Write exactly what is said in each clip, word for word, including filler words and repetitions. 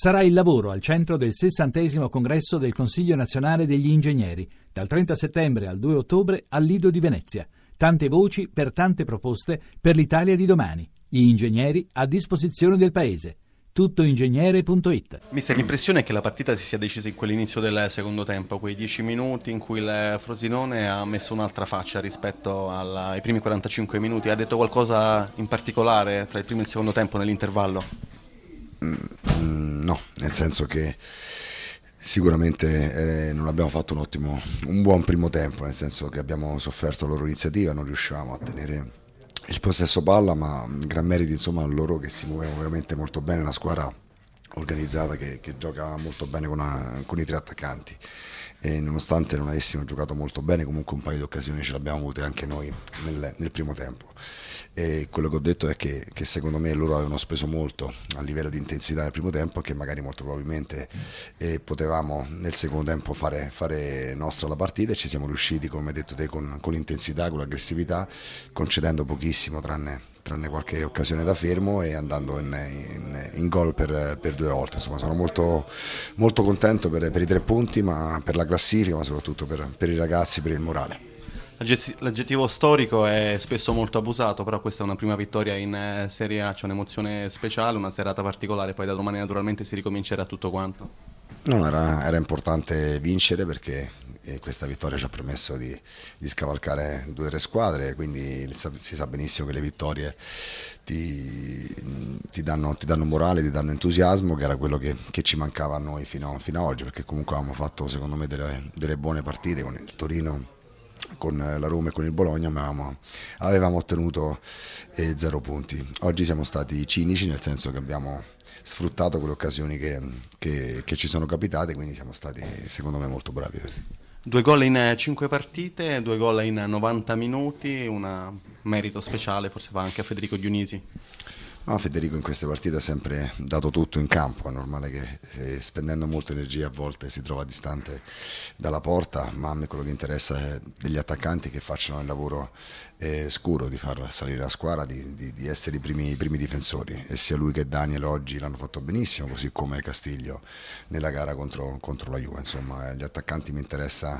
Sarà il lavoro al centro del sessantesimo congresso del Consiglio Nazionale degli Ingegneri, dal trenta settembre al due ottobre al Lido di Venezia. Tante voci per tante proposte per l'Italia di domani. Gli ingegneri a disposizione del Paese. tuttoingegnere punto it. Mister, l'impressione è che la partita si sia decisa in quell'inizio del secondo tempo, quei dieci minuti in cui il Frosinone ha messo un'altra faccia rispetto alla, ai primi quarantacinque minuti. Ha detto qualcosa in particolare tra il primo e il secondo tempo nell'intervallo? Mm, no, nel senso che sicuramente eh, non abbiamo fatto un ottimo, un buon primo tempo, nel senso che abbiamo sofferto la loro iniziativa, non riuscivamo a tenere il possesso palla, ma gran merito insomma a loro, che si muovevano veramente molto bene, una squadra organizzata che, che gioca molto bene con, una, con i tre attaccanti, e nonostante non avessimo giocato molto bene, comunque un paio di occasioni ce l'abbiamo avute anche noi nel, nel primo tempo. E quello che ho detto è che, che secondo me loro avevano speso molto a livello di intensità nel primo tempo, e che magari molto probabilmente eh, potevamo nel secondo tempo fare, fare nostra la partita, e ci siamo riusciti, come hai detto te, con, con l'intensità, con l'aggressività, concedendo pochissimo tranne, tranne qualche occasione da fermo, e andando in, in, in gol per, per due volte. Insomma, sono molto, molto contento per, per i tre punti, ma per la classifica, ma soprattutto per, per i ragazzi, per il morale. L'aggettivo storico è spesso molto abusato, però questa è una prima vittoria in Serie A, c'è un'emozione speciale, una serata particolare, poi da domani naturalmente si ricomincerà tutto quanto. No, era, era importante vincere, perché eh, questa vittoria ci ha permesso di, di scavalcare due o tre squadre, quindi si sa benissimo che le vittorie ti, ti, danno, ti danno morale, ti danno entusiasmo, che era quello che, che ci mancava a noi fino, fino ad oggi, perché comunque avevamo fatto secondo me delle, delle buone partite con il Torino, con la Roma e con il Bologna, ma avevamo, avevamo ottenuto eh, zero punti. Oggi siamo stati cinici, nel senso che abbiamo sfruttato quelle occasioni che, che, che ci sono capitate, quindi siamo stati secondo me molto bravi così. Due gol in cinque partite, due gol in novanta minuti, un merito speciale forse va anche a Federico Dionisi. No, Federico in queste partite ha sempre dato tutto in campo, è normale che eh, spendendo molta energia a volte si trova distante dalla porta, ma a me quello che interessa è degli attaccanti che facciano il lavoro eh, scuro di far salire la squadra, di, di, di essere i primi, i primi difensori, e sia lui che Daniel oggi l'hanno fatto benissimo, così come Castiglio nella gara contro, contro la Juve. Insomma, gli attaccanti mi interessa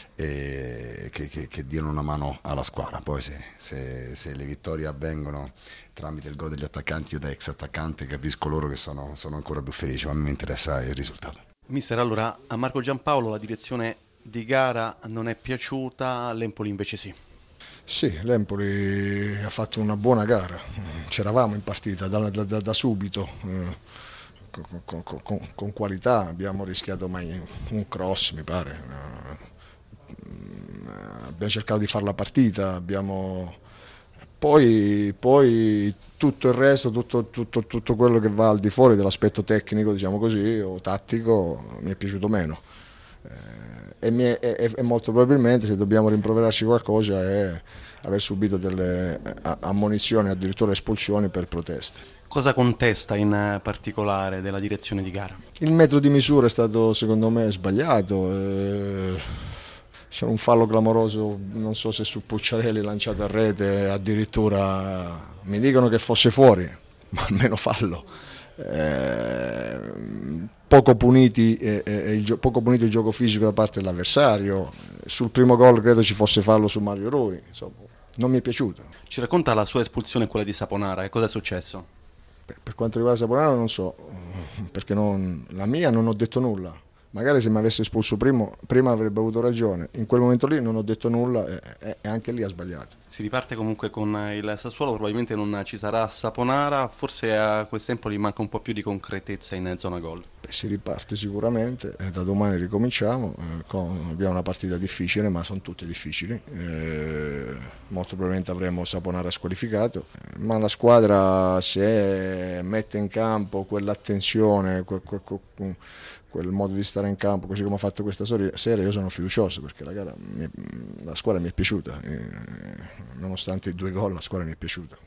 eh, che, che, che diano una mano alla squadra, poi se, se, se le vittorie avvengono tramite il gol degli attaccanti, io da ex attaccante capisco loro che sono, sono ancora più felici, ma a me mi interessa il risultato. Mister, allora a Marco Giampaolo la direzione di gara non è piaciuta, l'Empoli invece sì. Sì, l'Empoli ha fatto una buona gara, c'eravamo in partita da, da, da, da subito, eh, con, con, con, con qualità, abbiamo rischiato mai un cross mi pare, eh, abbiamo cercato di fare la partita, abbiamo... Poi, poi tutto il resto, tutto, tutto, tutto quello che va al di fuori dell'aspetto tecnico, diciamo così, o tattico, mi è piaciuto meno. Eh, e, mi è, e, e molto probabilmente, se dobbiamo rimproverarci qualcosa, è aver subito delle ammonizioni, addirittura espulsioni per proteste. Cosa contesta in particolare della direzione di gara? Il metro di misura è stato secondo me sbagliato. Eh, C'è un fallo clamoroso, non so se su Pucciarelli lanciato a rete, addirittura mi dicono che fosse fuori, ma almeno fallo. Eh, poco, puniti, eh, eh, il, poco punito il gioco fisico da parte dell'avversario. Sul primo gol credo ci fosse fallo su Mario Rui, insomma, non mi è piaciuto. Ci racconta la sua espulsione e quella di Saponara, che cosa è successo? Per, per quanto riguarda Saponara non so, perché non, la mia non ho detto nulla. Magari se mi avesse espulso prima, prima avrebbe avuto ragione, in quel momento lì non ho detto nulla e, e anche lì ha sbagliato. Si riparte comunque con il Sassuolo, probabilmente non ci sarà Saponara, forse a questo tempo gli manca un po' più di concretezza in zona gol. Beh, si riparte sicuramente, e da domani ricominciamo, eh, con, abbiamo una partita difficile, ma sono tutte difficili, eh, molto probabilmente avremo Saponara squalificato, eh, ma la squadra se mette in campo quell'attenzione, quel, quel, quel, quel modo di stare in campo, così come ha fatto questa sera, io sono fiducioso, perché la, gara, la squadra mi è piaciuta, eh, nonostante i due gol la squadra mi è piaciuta.